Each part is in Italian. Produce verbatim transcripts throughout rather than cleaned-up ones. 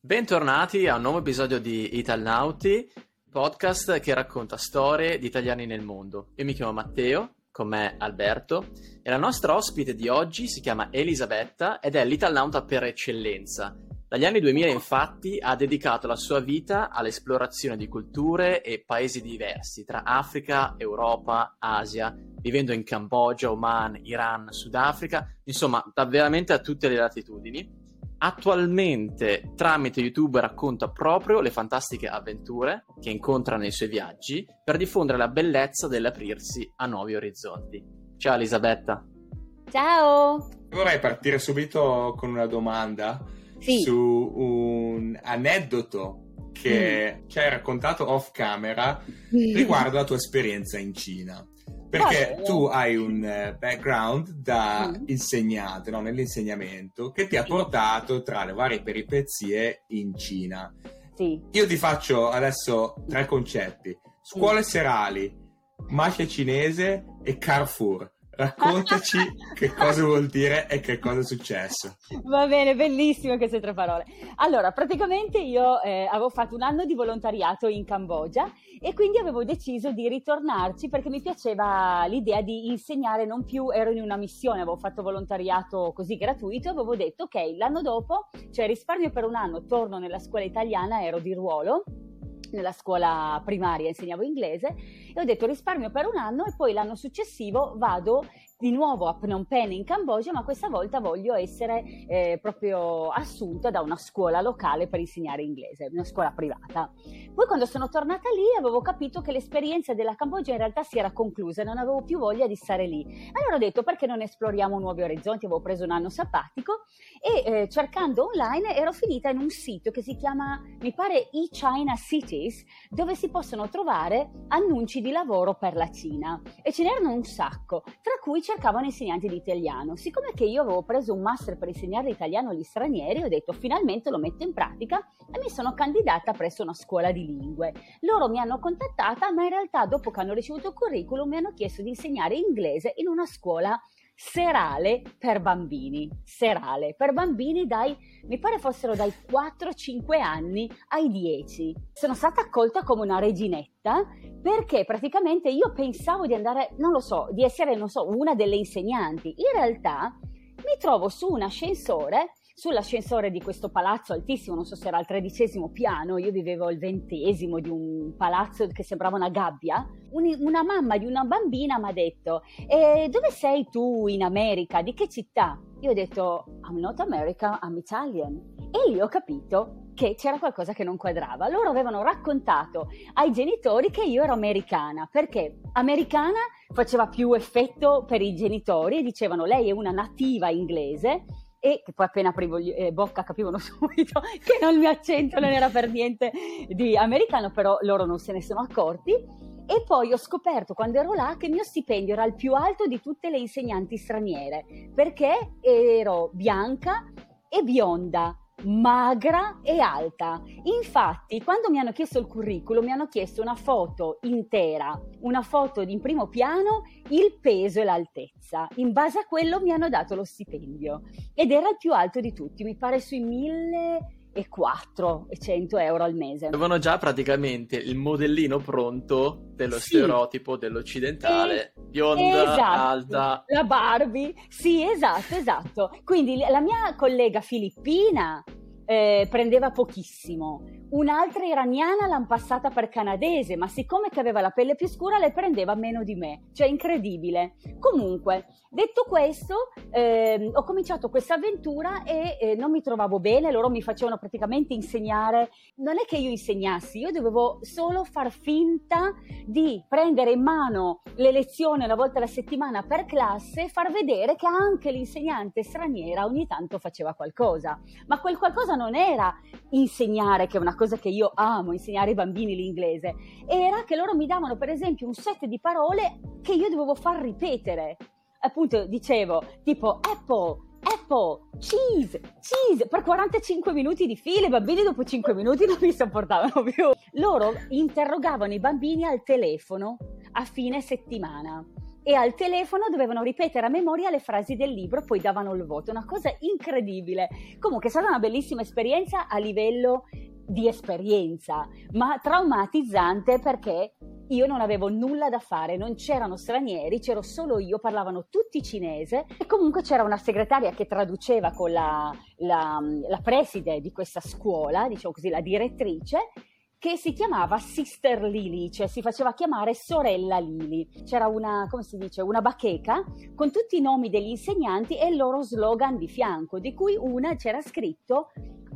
Bentornati a un nuovo episodio di Italnauti, podcast che racconta storie di italiani nel mondo. Io mi chiamo Matteo, con me Alberto, e la nostra ospite di oggi si chiama Elisabetta ed è l'italnauta per eccellenza. Dagli anni duemila, infatti, ha dedicato la sua vita all'esplorazione di culture e paesi diversi, tra Africa, Europa, Asia, vivendo in Cambogia, Oman, Iran, Sudafrica, insomma, da veramente a tutte le latitudini. Attualmente tramite YouTube racconta proprio le fantastiche avventure che incontra nei suoi viaggi per diffondere la bellezza dell'aprirsi a nuovi orizzonti. Ciao Elisabetta. Ciao! Vorrei partire subito con una domanda sì. su un aneddoto che mm. ci hai raccontato off camera riguardo la tua esperienza in Cina. Perché Vabbè. tu hai un background da mm. insegnante, no? Nell'insegnamento, che ti ha portato tra le varie peripezie in Cina. Sì. Io ti faccio adesso tre concetti: scuole sì. serali, mafia cinese e Carrefour. Raccontaci che cosa vuol dire e che cosa è successo. Va bene, bellissime queste tre parole. Allora, praticamente io eh, avevo fatto un anno di volontariato in Cambogia e quindi avevo deciso di ritornarci perché mi piaceva l'idea di insegnare, non più ero in una missione, avevo fatto volontariato così gratuito, avevo detto ok, l'anno dopo, cioè risparmio per un anno, torno nella scuola italiana, ero di ruolo nella scuola primaria, insegnavo inglese e ho detto risparmio per un anno e poi l'anno successivo vado di nuovo a Phnom Penh in Cambogia, ma questa volta voglio essere eh, proprio assunta da una scuola locale per insegnare inglese, una scuola privata. Poi quando sono tornata lì avevo capito che l'esperienza della Cambogia in realtà si era conclusa, non avevo più voglia di stare lì. Allora ho detto perché non esploriamo nuovi orizzonti, avevo preso un anno sabbatico e eh, cercando online ero finita in un sito che si chiama, mi pare, eChina Cities, dove si possono trovare annunci di lavoro per la Cina e ce n'erano un sacco, tra cui cercavano insegnanti di italiano. Siccome che io avevo preso un master per insegnare l'italiano agli stranieri, ho detto finalmente lo metto in pratica e mi sono candidata presso una scuola di lingue. Loro mi hanno contattata, ma in realtà dopo che hanno ricevuto il curriculum mi hanno chiesto di insegnare inglese in una scuola serale per bambini, serale per bambini dai, mi pare fossero dai quattro cinque anni ai dieci. Sono stata accolta come una reginetta perché praticamente io pensavo di andare, non lo so, di essere, non so, una delle insegnanti. In realtà mi trovo su un ascensore, sull'ascensore di questo palazzo altissimo, non so se era al tredicesimo piano, io vivevo al ventesimo di un palazzo che sembrava una gabbia. Un, una mamma di una bambina mi ha detto eh, dove sei tu in America? Di che città? Io ho detto I'm not American, I'm Italian. E lì ho capito che c'era qualcosa che non quadrava. Loro avevano raccontato ai genitori che io ero americana, perché americana faceva più effetto per i genitori e dicevano lei è una nativa inglese, e che poi appena aprivo gli, eh, bocca capivano subito che non il mio accento non era per niente di americano, però loro non se ne sono accorti. E poi ho scoperto quando ero là che il mio stipendio era il più alto di tutte le insegnanti straniere, perché ero bianca e bionda, magra e alta. Infatti quando mi hanno chiesto il curriculum mi hanno chiesto una foto intera, una foto in primo piano, il peso e l'altezza. In base a quello mi hanno dato lo stipendio ed era il più alto di tutti, mi pare sui millequattrocento euro al mese. Avevano già praticamente il modellino pronto dello sì. stereotipo dell'occidentale, e, bionda, esatto, alta. La Barbie, sì, esatto, esatto. Quindi la mia collega filippina eh, prendeva pochissimo, un'altra iraniana l'han passata per canadese, ma siccome che aveva la pelle più scura le prendeva meno di me, cioè incredibile. Comunque, detto questo, eh, ho cominciato questa avventura e eh, non mi trovavo bene, loro mi facevano praticamente insegnare, non è che io insegnassi, io dovevo solo far finta di prendere in mano le lezioni una volta alla settimana per classe e far vedere che anche l'insegnante straniera ogni tanto faceva qualcosa, ma quel qualcosa non era insegnare, che è una cosa che io amo, insegnare ai bambini l'inglese, era che loro mi davano per esempio un set di parole che io dovevo far ripetere. Appunto dicevo tipo apple, apple, cheese, cheese per quarantacinque minuti di fila. I bambini dopo cinque minuti non mi sopportavano più. Loro interrogavano i bambini al telefono a fine settimana e al telefono dovevano ripetere a memoria le frasi del libro, poi davano il voto, una cosa incredibile. Comunque è stata una bellissima esperienza a livello di esperienza, ma traumatizzante perché io non avevo nulla da fare, non c'erano stranieri, c'ero solo io, parlavano tutti cinese e comunque c'era una segretaria che traduceva con la, la, la preside di questa scuola, diciamo così, la direttrice, che si chiamava Sister Lily, cioè si faceva chiamare sorella Lily. C'era una, come si dice, una bacheca con tutti i nomi degli insegnanti e il loro slogan di fianco, di cui una c'era scritto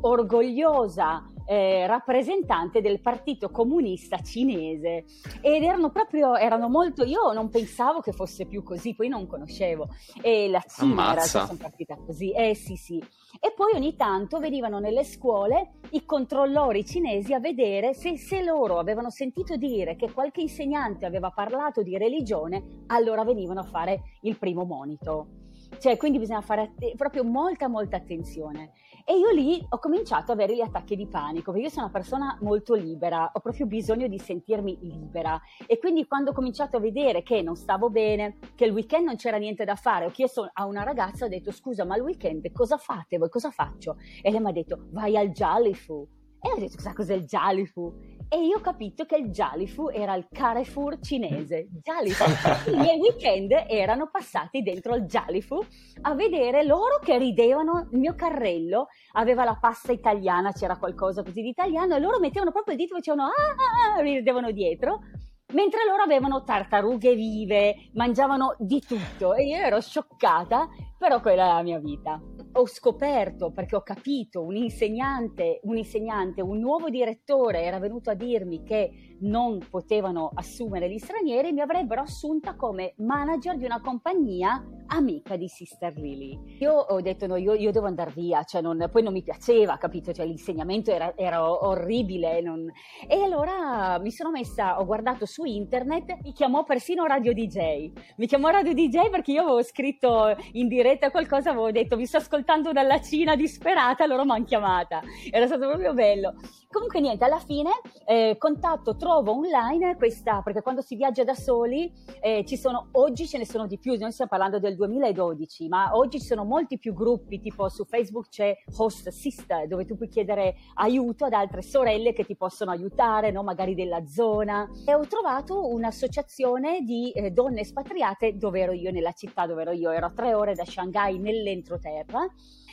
orgogliosa eh, rappresentante del Partito Comunista Cinese, ed erano proprio, erano molto, io non pensavo che fosse più così, poi non conoscevo, e la Cina in realtà sono partita così, eh sì sì, e poi ogni tanto venivano nelle scuole i controllori cinesi a vedere se, se loro avevano sentito dire che qualche insegnante aveva parlato di religione, allora venivano a fare il primo monito. Cioè, quindi bisogna fare att- proprio molta molta attenzione. E io lì ho cominciato ad avere gli attacchi di panico, perché io sono una persona molto libera, ho proprio bisogno di sentirmi libera, e quindi quando ho cominciato a vedere che non stavo bene, che il weekend non c'era niente da fare, ho chiesto a una ragazza, ho detto scusa, ma il weekend cosa fate voi, cosa faccio? E lei mi ha detto vai al Jialifu, e ho detto cosa cos'è il Jialifu? E io ho capito che il Jialifu era il Carrefour cinese. Jialifu. I miei weekend erano passati dentro al Jialifu a vedere loro che ridevano. Il mio carrello aveva la pasta italiana, c'era qualcosa così di italiano, e loro mettevano proprio il dito e facevano ah, ah, ah, ridevano dietro, mentre loro avevano tartarughe vive, mangiavano di tutto, e io ero scioccata, però quella è la mia vita. Ho scoperto, perché ho capito, un insegnante, un insegnante, un nuovo direttore era venuto a dirmi che non potevano assumere gli stranieri, mi avrebbero assunta come manager di una compagnia amica di Sister Lily. Io ho detto no, io, io devo andare via, cioè non, poi non mi piaceva, capito? Cioè l'insegnamento era, era orribile. Non... E allora mi sono messa, ho guardato su internet, mi chiamò persino Radio D J. Mi chiamò Radio D J perché io avevo scritto in diretta qualcosa, avevo detto vi sto ascoltando dalla Cina disperata, loro mi hanno chiamata. Era stato proprio bello. Comunque niente, alla fine eh, contatto, trovo online questa, perché quando si viaggia da soli eh, ci sono, oggi ce ne sono di più, noi stiamo parlando del duemiladodici, ma oggi ci sono molti più gruppi, tipo su Facebook c'è Host Sister, dove tu puoi chiedere aiuto ad altre sorelle che ti possono aiutare, no? Magari della zona. E ho trovato un'associazione di eh, donne espatriate dove ero io, nella città dove ero io, ero a tre ore da Shanghai nell'entroterra.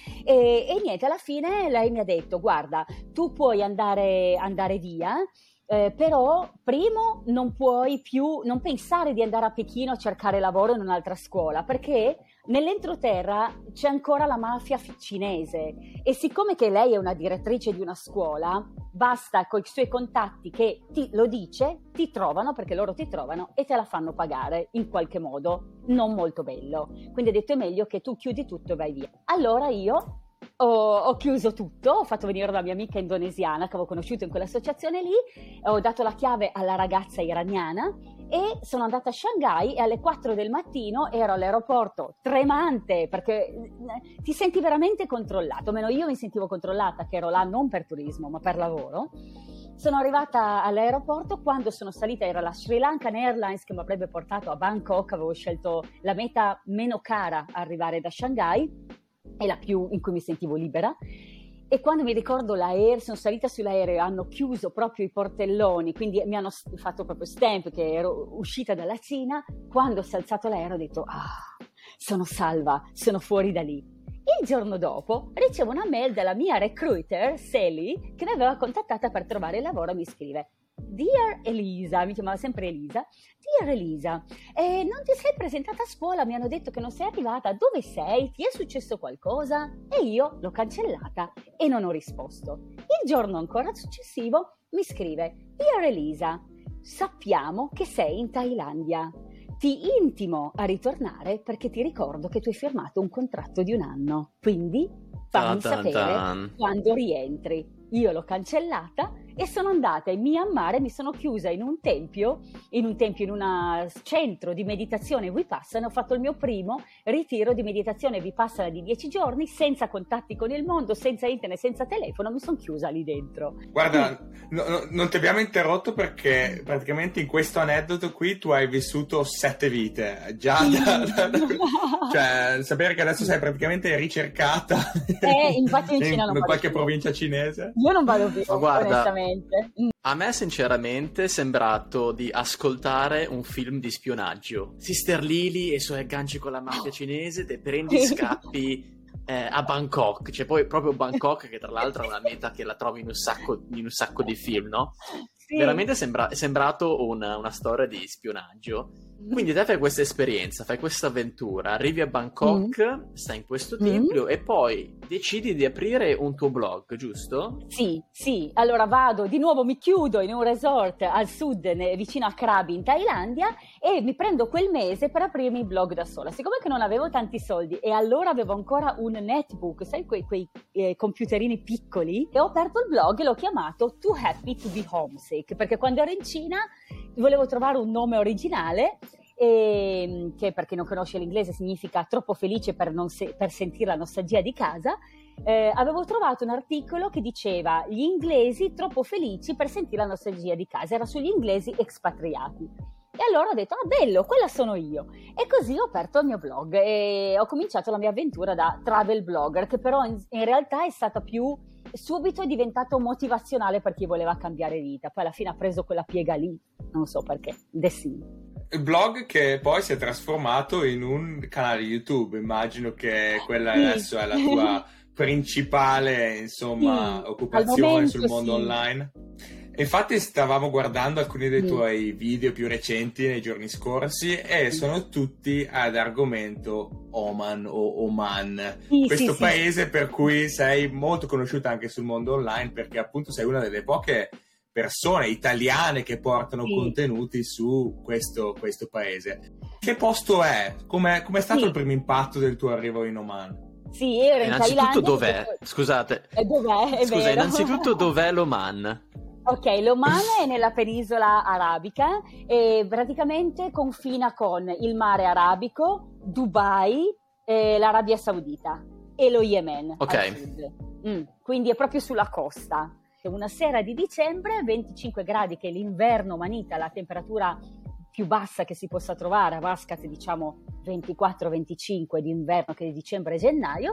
E, e niente, alla fine lei mi ha detto guarda, tu puoi andare, andare via, eh, però primo non puoi più non pensare di andare a Pechino a cercare lavoro in un'altra scuola, perché nell'entroterra c'è ancora la mafia cinese, e siccome che lei è una direttrice di una scuola, basta con i suoi contatti che ti lo dice, ti trovano, perché loro ti trovano e te la fanno pagare in qualche modo non molto bello. Quindi ha detto è meglio che tu chiudi tutto e vai via. Allora io ho, ho chiuso tutto, ho fatto venire una mia amica indonesiana che avevo conosciuto in quell'associazione lì, ho dato la chiave alla ragazza iraniana e sono andata a Shanghai, e alle quattro del mattino ero all'aeroporto tremante, perché ti senti veramente controllato, almeno io mi sentivo controllata, che ero là non per turismo ma per lavoro. Sono arrivata all'aeroporto, quando sono salita era la Sri Lankan Airlines che mi avrebbe portato a Bangkok, avevo scelto la meta meno cara a arrivare da Shanghai e la più in cui mi sentivo libera. E quando mi ricordo l'aereo, sono salita sull'aereo e hanno chiuso proprio i portelloni, quindi mi hanno fatto proprio stamp che ero uscita dalla Cina, quando si è alzato l'aereo ho detto ah, sono salva, sono fuori da lì. Il giorno dopo ricevo una mail dalla mia recruiter, Sally, che mi aveva contattata per trovare lavoro, e mi scrive Dear Elisa, mi chiamava sempre Elisa, Dear Elisa, eh, non ti sei presentata a scuola, mi hanno detto che non sei arrivata, dove sei? Ti è successo qualcosa? E io l'ho cancellata e non ho risposto. Il giorno ancora successivo mi scrive Dear Elisa, sappiamo che sei in Thailandia. Ti intimo a ritornare perché ti ricordo che tu hai firmato un contratto di un anno, quindi fammi Ta-ta-ta. sapere quando rientri. io l'ho cancellata e sono andata in Myanmar e mi sono chiusa in un tempio, in un tempio, in un centro di meditazione Vipassana. Ho fatto il mio primo ritiro di meditazione Vipassana di dieci giorni, senza contatti con il mondo, senza internet, senza telefono, mi sono chiusa lì dentro. Guarda, no, no, non ti abbiamo interrotto perché praticamente in questo aneddoto qui tu hai vissuto sette vite, già da, da, da, cioè sapere che adesso sei praticamente ricercata eh, infatti in, Cina in, non in qualche più. provincia cinese. Io non vado più, guarda, onestamente. A me sinceramente è sembrato di ascoltare un film di spionaggio. Sister Lily e i suoi agganci con la mafia cinese, te prendi scappi eh, a Bangkok, cioè poi proprio Bangkok, che tra l'altro è una meta che la trovi in un sacco, in un sacco di film, no? Sì. Veramente sembra, è sembrato una, una storia di spionaggio. Quindi te fai questa esperienza, fai questa avventura, arrivi a Bangkok, mm. stai in questo tempio mm. e poi decidi di aprire un tuo blog, giusto? Sì, sì. Allora vado, di nuovo mi chiudo in un resort al sud, vicino a Krabi in Thailandia, e mi prendo quel mese per aprirmi il blog da sola. Siccome che non avevo tanti soldi e allora avevo ancora un netbook, sai quei, quei eh, computerini piccoli, e ho aperto il blog e l'ho chiamato Too Happy to be Homesick, perché quando ero in Cina volevo trovare un nome originale, e, che per chi non conosce l'inglese significa troppo felice per, non se- per sentire la nostalgia di casa. Eh, avevo trovato un articolo che diceva gli inglesi troppo felici per sentire la nostalgia di casa, era sugli inglesi espatriati. E allora ho detto, ah bello, quella sono io. E così ho aperto il mio blog e ho cominciato la mia avventura da travel blogger, che però in, in realtà è stata più, subito è diventato motivazionale per chi voleva cambiare vita. Poi alla fine ha preso quella piega lì, non so perché, destino. Il blog che poi si è trasformato in un canale YouTube, immagino che quella sì. adesso è la tua principale, insomma, sì, occupazione sul mondo sì. online. Infatti stavamo guardando alcuni dei tuoi video più recenti nei giorni scorsi e sono tutti ad argomento Oman o Oman, sì, questo sì, paese sì. per cui sei molto conosciuta anche sul mondo online, perché appunto sei una delle poche persone italiane che portano sì. contenuti su questo, questo paese. Che posto è? Com'è, com'è stato sì. il primo impatto del tuo arrivo in Oman? Sì, ero in innanzitutto Thailandia. Dov'è? Perché... Scusate. Eh, dov'è? È Scusa, vero. innanzitutto dov'è l'Oman? Ok, l'Oman è nella penisola arabica e praticamente confina con il mare Arabico, Dubai, eh, l'Arabia Saudita e lo Yemen Ok. al sud. Mm, quindi è proprio sulla costa. Una sera di dicembre, venticinque gradi, che è l'inverno omanita, la temperatura più bassa che si possa trovare, a Muscat diciamo ventiquattro venticinque d'inverno, che è dicembre e gennaio,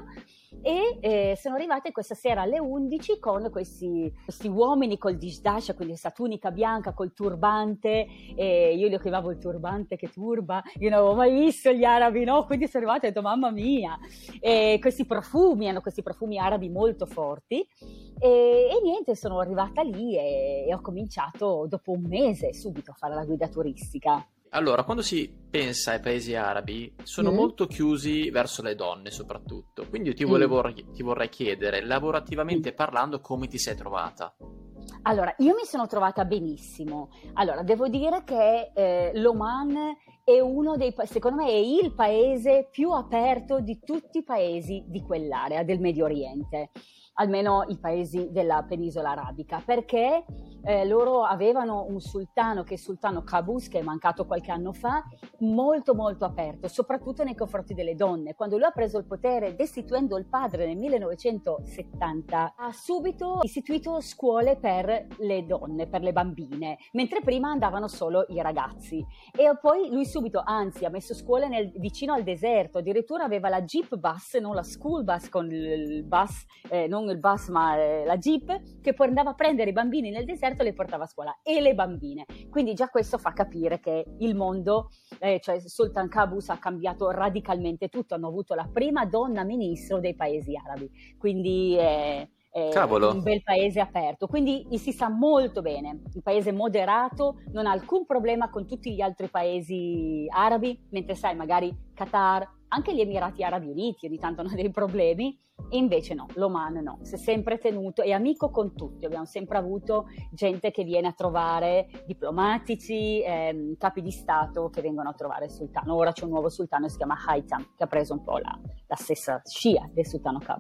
e eh, sono arrivate questa sera alle undici con questi, questi uomini col dishdash, quindi questa tunica bianca col turbante, e io li chiamavo il turbante che turba, io non avevo mai visto gli arabi, no? Quindi sono arrivata e ho detto mamma mia, e questi profumi, hanno questi profumi arabi molto forti, e, e niente, sono arrivata lì e, e ho cominciato dopo un mese subito a fare la guida turistica. Allora, quando si pensa ai paesi arabi, sono mm. molto chiusi verso le donne soprattutto, quindi io ti, volevo, mm. ti vorrei chiedere, lavorativamente mm. parlando, come ti sei trovata? Allora, io mi sono trovata benissimo. Allora, devo dire che eh, l'Oman è uno dei, secondo me è il paese più aperto di tutti i paesi di quell'area del Medio Oriente, almeno i paesi della penisola arabica, perché eh, loro avevano un sultano, che è il sultano Qaboos, che è mancato qualche anno fa, molto molto aperto, soprattutto nei confronti delle donne. Quando lui ha preso il potere destituendo il padre nel millenovecentosettanta, ha subito istituito scuole per le donne, per le bambine, mentre prima andavano solo i ragazzi. E poi lui subito, anzi, ha messo scuole nel, vicino al deserto, addirittura aveva la jeep bus, non la school bus con il bus, eh, non il bus ma eh, la jeep, che poi andava a prendere i bambini nel deserto e le portava a scuola, e le bambine. Quindi già questo fa capire che il mondo, eh, cioè Sultan Qaboos ha cambiato radicalmente tutto, hanno avuto la prima donna ministro dei paesi arabi, quindi eh, è un bel paese aperto, quindi si sa molto bene, un paese moderato, non ha alcun problema con tutti gli altri paesi arabi, mentre sai magari Qatar, anche gli Emirati Arabi Uniti ogni tanto hanno dei problemi, e invece no, l'Oman no, si è sempre tenuto, è amico con tutti, abbiamo sempre avuto gente che viene a trovare, diplomatici, ehm, capi di Stato che vengono a trovare il sultano. Ora c'è un nuovo sultano, si chiama Haitham, che ha preso un po' la, la stessa scia del sultano Qaboos.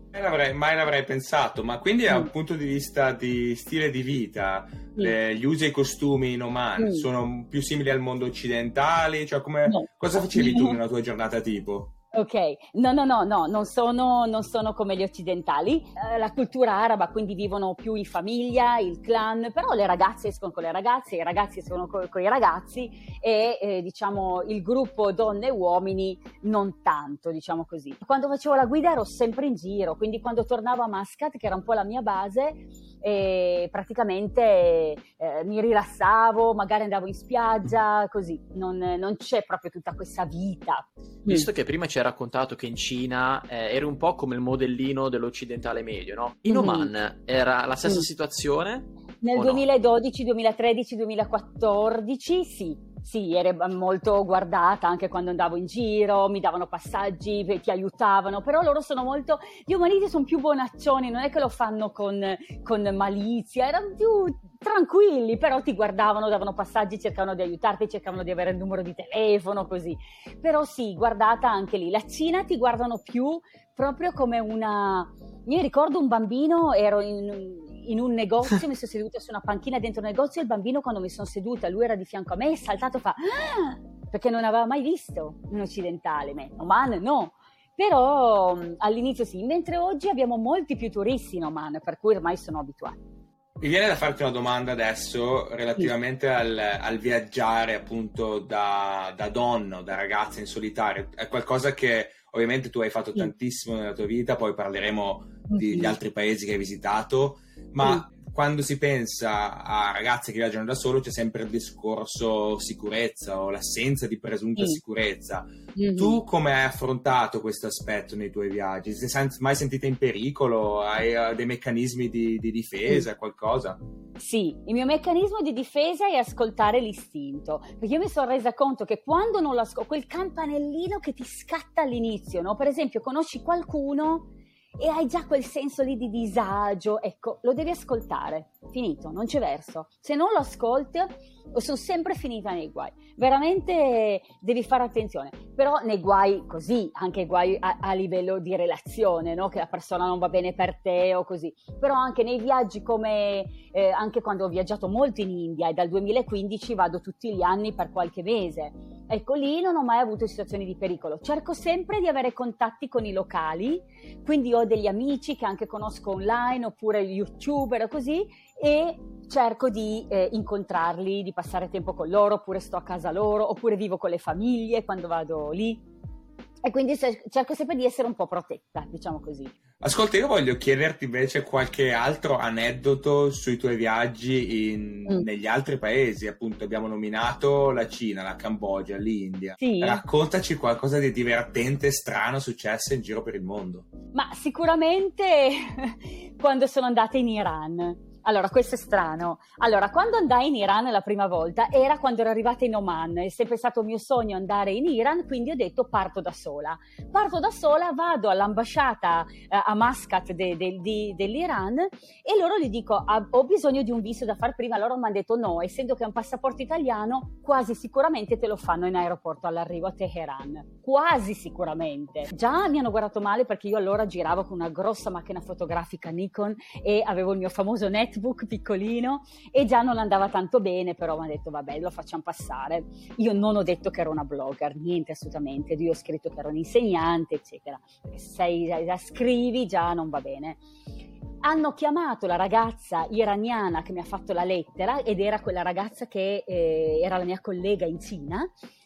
Mai l'avrei, mai l'avrei pensato, ma quindi mm. da un punto di vista di stile di vita, mm. le, gli usi e i costumi in Oman mm. sono più simili al mondo occidentale? Cioè, come, no. cosa facevi tu nella tua giornata tipo? Ok, no, no, no, no, non sono, non sono come gli occidentali, eh, la cultura araba, quindi vivono più in famiglia, il clan, però le ragazze escono con le ragazze, i ragazzi escono con, con i ragazzi e eh, diciamo il gruppo donne e uomini non tanto, diciamo così. Quando facevo la guida ero sempre in giro, quindi quando tornavo a Muscat, che era un po' la mia base, e praticamente eh, mi rilassavo, magari andavo in spiaggia, così, non, non c'è proprio tutta questa vita. Visto mm. che prima ci hai raccontato che in Cina eh, eri un po' come il modellino dell'occidentale medio, no? In Oman mm. era la stessa mm. situazione? Nel duemiladodici, no? duemilatredici, duemilaquattordici sì. Sì, ero molto guardata anche quando andavo in giro, mi davano passaggi, ti aiutavano, però loro sono molto, gli omaniti sono più bonaccioni, non è che lo fanno con, con malizia, erano più tranquilli, però ti guardavano, davano passaggi, cercavano di aiutarti, cercavano di avere il numero di telefono, così. Però sì, guardata anche lì. La Cina ti guardano più proprio come una... Io ricordo un bambino, ero in... in un negozio, mi sono seduta su una panchina dentro un negozio e il bambino, quando mi sono seduta, lui era di fianco a me, è saltato, fa ah! Perché non aveva mai visto un occidentale, me, Oman no, però all'inizio sì, mentre oggi abbiamo molti più turisti in Oman, per cui ormai sono abituati. Mi viene da farti una domanda adesso relativamente sì. al, al viaggiare appunto da, da donna o da ragazza in solitario, è qualcosa che ovviamente tu hai fatto sì. tantissimo nella tua vita, poi parleremo degli sì. altri paesi che hai visitato, ma sì. quando si pensa a ragazze che viaggiano da solo c'è sempre il discorso sicurezza o l'assenza di presunta sì. sicurezza. Mm-hmm. Tu come hai affrontato questo aspetto nei tuoi viaggi? Ti sei mai sentita in pericolo? Hai uh, dei meccanismi di, di difesa, sì. qualcosa? Sì, il mio meccanismo di difesa è ascoltare l'istinto, perché io mi sono resa conto che quando non lo ascolto, quel campanellino che ti scatta all'inizio, no? Per esempio conosci qualcuno e hai già quel senso lì di disagio, ecco, lo devi ascoltare, finito, non c'è verso. Se non lo ascolti, sono sempre finita nei guai, veramente devi fare attenzione, però nei guai così, anche guai a, a livello di relazione, no? Che la persona non va bene per te o così, però anche nei viaggi come, eh, anche quando ho viaggiato molto in India e dal duemilaquindici vado tutti gli anni per qualche mese, ecco lì non ho mai avuto situazioni di pericolo, cerco sempre di avere contatti con i locali, quindi ho degli amici che anche conosco online oppure youtuber o così e cerco di eh, incontrarli, di passare tempo con loro, oppure sto a casa loro, oppure vivo con le famiglie quando vado lì e quindi cerco sempre di essere un po' protetta, diciamo così. Ascolta, io voglio chiederti invece qualche altro aneddoto sui tuoi viaggi in, mm. negli altri paesi, appunto abbiamo nominato la Cina, la Cambogia, l'India. Sì. Raccontaci qualcosa di divertente, strano successo in giro per il mondo. Ma sicuramente quando sono andata in Iran. Allora, questo è strano. Allora, quando andai in Iran la prima volta era quando ero arrivata in Oman. È sempre stato il mio sogno andare in Iran, quindi ho detto parto da sola. Parto da sola, vado all'ambasciata eh, a Muscat de, de, de, dell'Iran e loro gli dico ho bisogno di un visto da far prima. Loro mi hanno detto no, essendo che è un passaporto italiano, quasi sicuramente te lo fanno in aeroporto all'arrivo a Teheran. Quasi sicuramente. Già mi hanno guardato male perché io allora giravo con una grossa macchina fotografica Nikon e avevo il mio famoso netbook piccolino e già non andava tanto bene, però mi ha detto vabbè, lo facciamo passare. Io non ho detto che ero una blogger, niente assolutamente, io ho scritto che ero un insegnante eccetera, perché se sei, la scrivi già non va bene. Hanno chiamato la ragazza iraniana che mi ha fatto la lettera ed era quella ragazza che eh, era la mia collega in Cina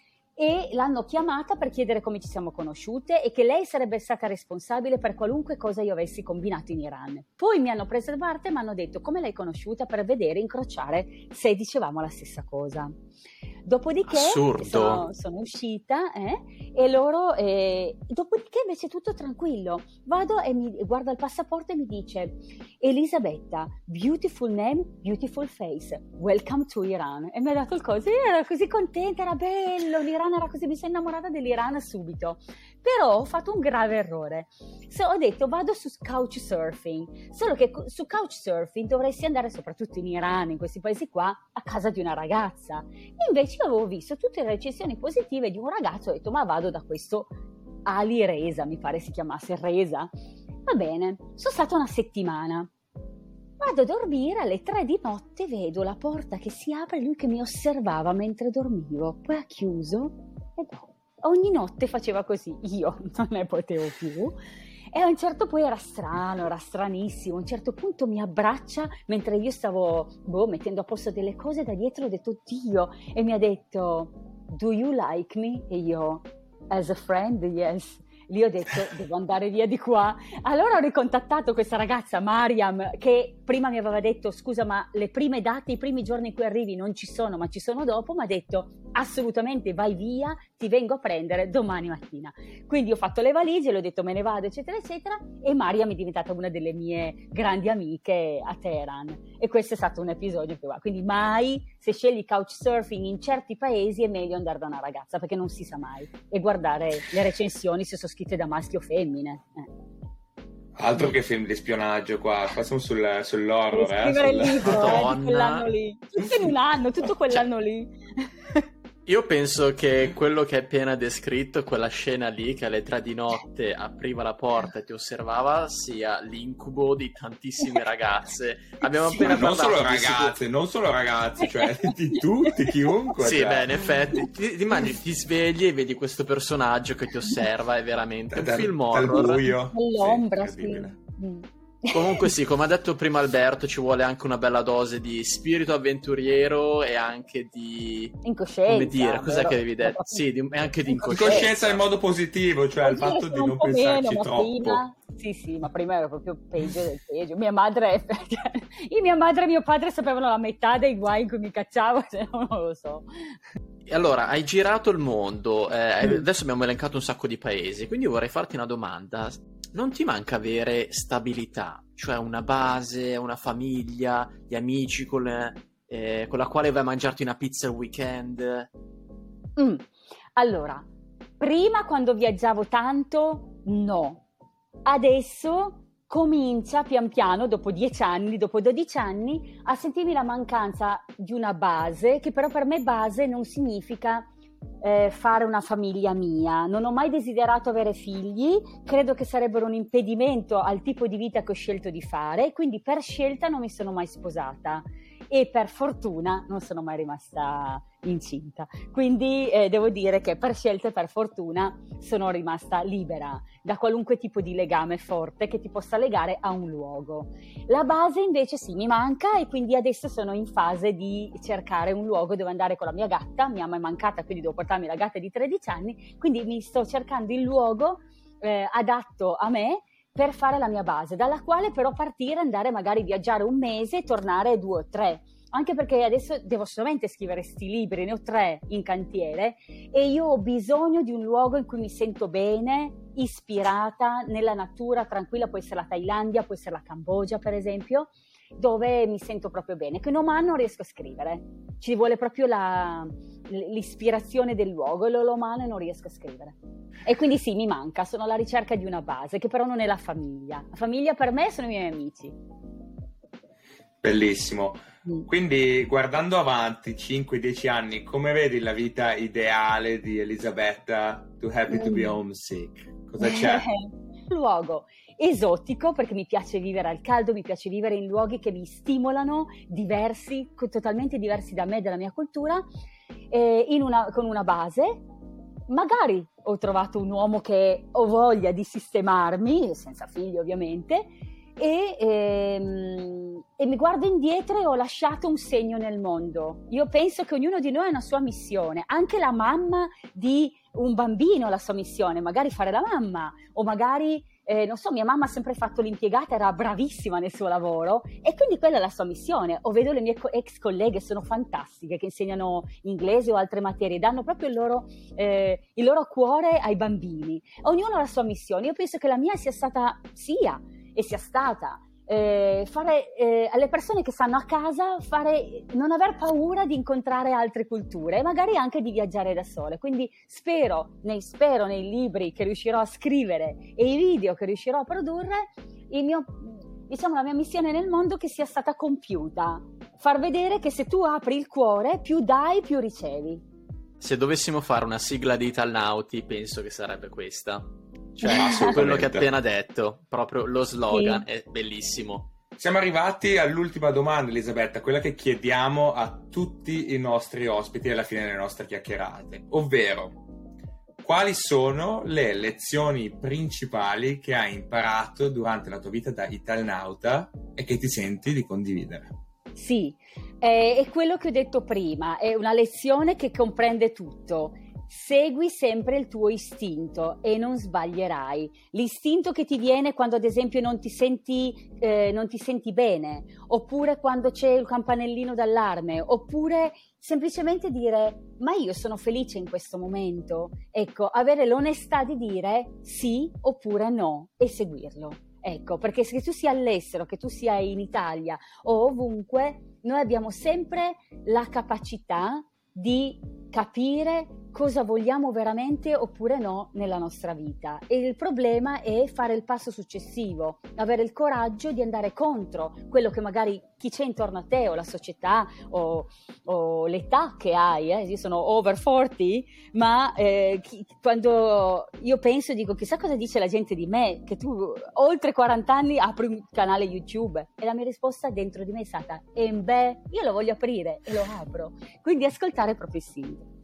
e l'hanno chiamata per chiedere come ci siamo conosciute e che lei sarebbe stata responsabile per qualunque cosa io avessi combinato in Iran. Poi mi hanno preso da parte e mi hanno detto come l'hai conosciuta per vedere, incrociare se dicevamo la stessa cosa. Dopodiché sono, sono uscita eh, e loro eh, dopodiché invece tutto tranquillo, vado e mi guarda il passaporto e mi dice Elisabetta, beautiful name, beautiful face, welcome to Iran, e mi ha dato il coso, io ero così contenta, era bello, l'Iran era così, mi sono innamorata dell'Iran subito, però ho fatto un grave errore, so, ho detto vado su couchsurfing, solo che su couchsurfing dovresti andare soprattutto in Iran, in questi paesi qua, a casa di una ragazza, invece io avevo visto tutte le recensioni positive di un ragazzo, ho detto ma vado da questo Ali Reza, mi pare si chiamasse Reza, Va bene, sono stata una settimana. Vado a dormire, alle tre di notte vedo la porta che si apre e lui che mi osservava mentre dormivo. Poi ha chiuso e boh, ogni notte faceva così. Io non ne potevo più. E a un certo punto era strano, era stranissimo. A un certo punto mi abbraccia mentre io stavo boh, mettendo a posto delle cose da dietro. Ho detto Dio, e mi ha detto do you like me? E io as a friend, yes. Lì ho detto devo andare via di qua. Allora ho ricontattato questa ragazza Mariam, che prima mi aveva detto scusa ma le prime date, i primi giorni in cui arrivi non ci sono ma ci sono dopo. Mi ha detto assolutamente vai via, ti vengo a prendere domani mattina. Quindi ho fatto le valigie, le ho detto me ne vado eccetera eccetera, e Mariam è diventata una delle mie grandi amiche a Teheran, e questo è stato un episodio che va. Quindi mai, se scegli couchsurfing in certi paesi, è meglio andare da una ragazza perché non si sa mai, e guardare le recensioni se sono scritte da maschi o femmine. Eh. Altro che film di spionaggio qua, qua siamo sul, sull'horror. Scrivere eh, il libro eh, di quell'anno lì, tutto in un anno, tutto quell'anno lì. Io penso che quello che hai appena descritto, quella scena lì che alle tre di notte apriva la porta e ti osservava, sia l'incubo di tantissime ragazze. Abbiamo Sì, appena Ma non parlato solo di ragazze, situ- non solo ragazzi, cioè di tutti, chiunque. Sì, cioè. beh, in effetti, ti, ti immagini, ti svegli e vedi questo personaggio che ti osserva, è veramente un Dal- film dal horror. buio. Nell'ombra, Sì, sì. incredibile. Mm. Comunque sì, come ha detto prima Alberto, ci vuole anche una bella dose di spirito avventuriero e anche di... Incoscienza. come dire, cos'è vero? che devi dire? Sì, di, e anche di incoscienza. Incoscienza in modo positivo, cioè il Oggi fatto sono di un non po' pensarci meno, ma troppo. prima, sì, sì, ma prima era proprio peggio del peggio. Mia madre, io, mia madre e mio padre sapevano la metà dei guai in cui mi cacciavo, se no non lo so. E allora, hai girato il mondo, eh, Mm. adesso abbiamo elencato un sacco di paesi, quindi vorrei farti una domanda. Non ti manca avere stabilità, cioè una base, una famiglia, gli amici con, eh, con la quale vai a mangiarti una pizza il weekend? Mm. Allora, prima quando viaggiavo tanto, no. Adesso comincia pian piano, dopo dieci anni, dopo dodici anni, a sentirmi la mancanza di una base, che però per me base non significa eh, fare una famiglia mia. Non ho mai desiderato avere figli, credo che sarebbero un impedimento al tipo di vita che ho scelto di fare, quindi per scelta non mi sono mai sposata e per fortuna non sono mai rimasta incinta. Quindi eh, devo dire che per scelta e per fortuna sono rimasta libera da qualunque tipo di legame forte che ti possa legare a un luogo. La base invece sì, mi manca, e quindi adesso sono in fase di cercare un luogo dove andare con la mia gatta. Mia mamma è mancata, quindi devo portarmi la gatta di tredici anni, quindi mi sto cercando il luogo eh, adatto a me per fare la mia base, dalla quale però partire, andare magari viaggiare un mese e tornare due o tre. Anche perché adesso devo solamente scrivere sti libri, ne ho tre in cantiere, e io ho bisogno di un luogo in cui mi sento bene, ispirata, nella natura, tranquilla. Può essere la Thailandia, può essere la Cambogia per esempio, dove mi sento proprio bene. Che in Oman non riesco a scrivere, ci vuole proprio la, l'ispirazione del luogo, e l'Oman non riesco a scrivere. E quindi sì, mi manca, sono alla ricerca di una base, che però non è la famiglia. La famiglia per me sono i miei amici. Bellissimo. Quindi guardando avanti cinque dieci anni, come vedi la vita ideale di Elisabetta Too Happy to Be Homesick? Cosa c'è? Un luogo esotico, perché mi piace vivere al caldo, mi piace vivere in luoghi che mi stimolano, diversi, totalmente diversi da me, dalla mia cultura, eh, in una, con una base. Magari ho trovato un uomo che ho voglia di sistemarmi, senza figli ovviamente, e, ehm, e mi guardo indietro e ho lasciato un segno nel mondo. Io penso che ognuno di noi ha una sua missione, anche la mamma di un bambino ha la sua missione, magari fare la mamma, o magari, eh, non so, mia mamma ha sempre fatto l'impiegata, era bravissima nel suo lavoro, e quindi quella è la sua missione. O vedo le mie co- ex colleghe, sono fantastiche, che insegnano inglese o altre materie, danno proprio il loro, eh, il loro cuore ai bambini. Ognuno ha la sua missione. Io penso che la mia sia stata, sia, e sia stata eh, fare eh, alle persone che stanno a casa, fare, non aver paura di incontrare altre culture e magari anche di viaggiare da sole. Quindi spero nei, spero nei libri che riuscirò a scrivere e i video che riuscirò a produrre, il mio, diciamo, la mia missione nel mondo che sia stata compiuta, far vedere che se tu apri il cuore, più dai più ricevi. Se dovessimo fare una sigla di Italnauti, penso che sarebbe questa. Cioè, quello che ha appena detto, proprio lo slogan, sì. È bellissimo. Siamo arrivati all'ultima domanda, Elisabetta, quella che chiediamo a tutti i nostri ospiti alla fine delle nostre chiacchierate, ovvero quali sono le lezioni principali che hai imparato durante la tua vita da italnauta e che ti senti di condividere? Sì, è, è quello che ho detto prima, è una lezione che comprende tutto. Segui sempre il tuo istinto e non sbaglierai. L'istinto che ti viene quando ad esempio non ti senti, eh, non ti senti bene, oppure quando c'è il campanellino d'allarme, oppure semplicemente dire ma io sono felice in questo momento. Ecco, avere l'onestà di dire sì oppure no e seguirlo. Ecco, perché se tu sia all'estero, che tu sia in Italia o ovunque, noi abbiamo sempre la capacità di capire cosa vogliamo veramente oppure no nella nostra vita, e il problema è fare il passo successivo, avere il coraggio di andare contro quello che magari chi c'è intorno a te o la società o, o l'età che hai. eh. Io sono over quaranta, ma eh, chi, quando io penso dico chissà cosa dice la gente di me, che tu oltre quaranta anni apri un canale YouTube, e la mia risposta dentro di me è stata e beh, io lo voglio aprire e lo apro. Quindi ascoltare il proprio istinto.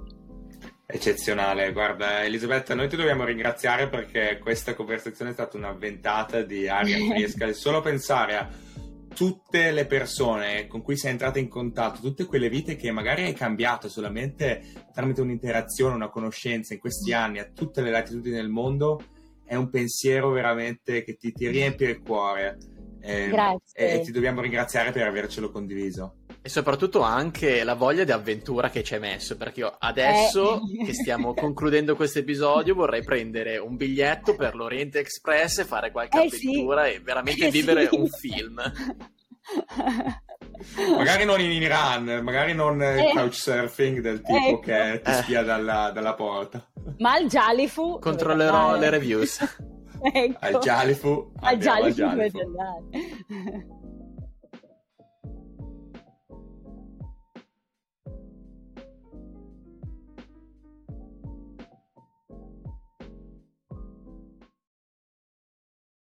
Eccezionale, guarda Elisabetta, noi ti dobbiamo ringraziare perché questa conversazione è stata una ventata di aria fresca, e solo pensare a tutte le persone con cui sei entrata in contatto, tutte quelle vite che magari hai cambiato solamente tramite un'interazione, una conoscenza in questi anni a tutte le latitudini del mondo, è un pensiero veramente che ti, ti riempie il cuore. Eh, Grazie. E ti dobbiamo ringraziare per avercelo condiviso. E soprattutto anche la voglia di avventura che ci hai messo, perché io adesso eh. che stiamo concludendo questo episodio vorrei prendere un biglietto per l'Oriente Express e fare qualche eh avventura sì. e veramente eh vivere sì. un film. Magari non in Iran, magari non eh. couchsurfing del tipo ecco. che ti spia eh. dalla, dalla porta. Ma al Jalifu controllerò le reviews. Ecco. Al Jalifu, al Jalifu al Jalifu. dovete andare.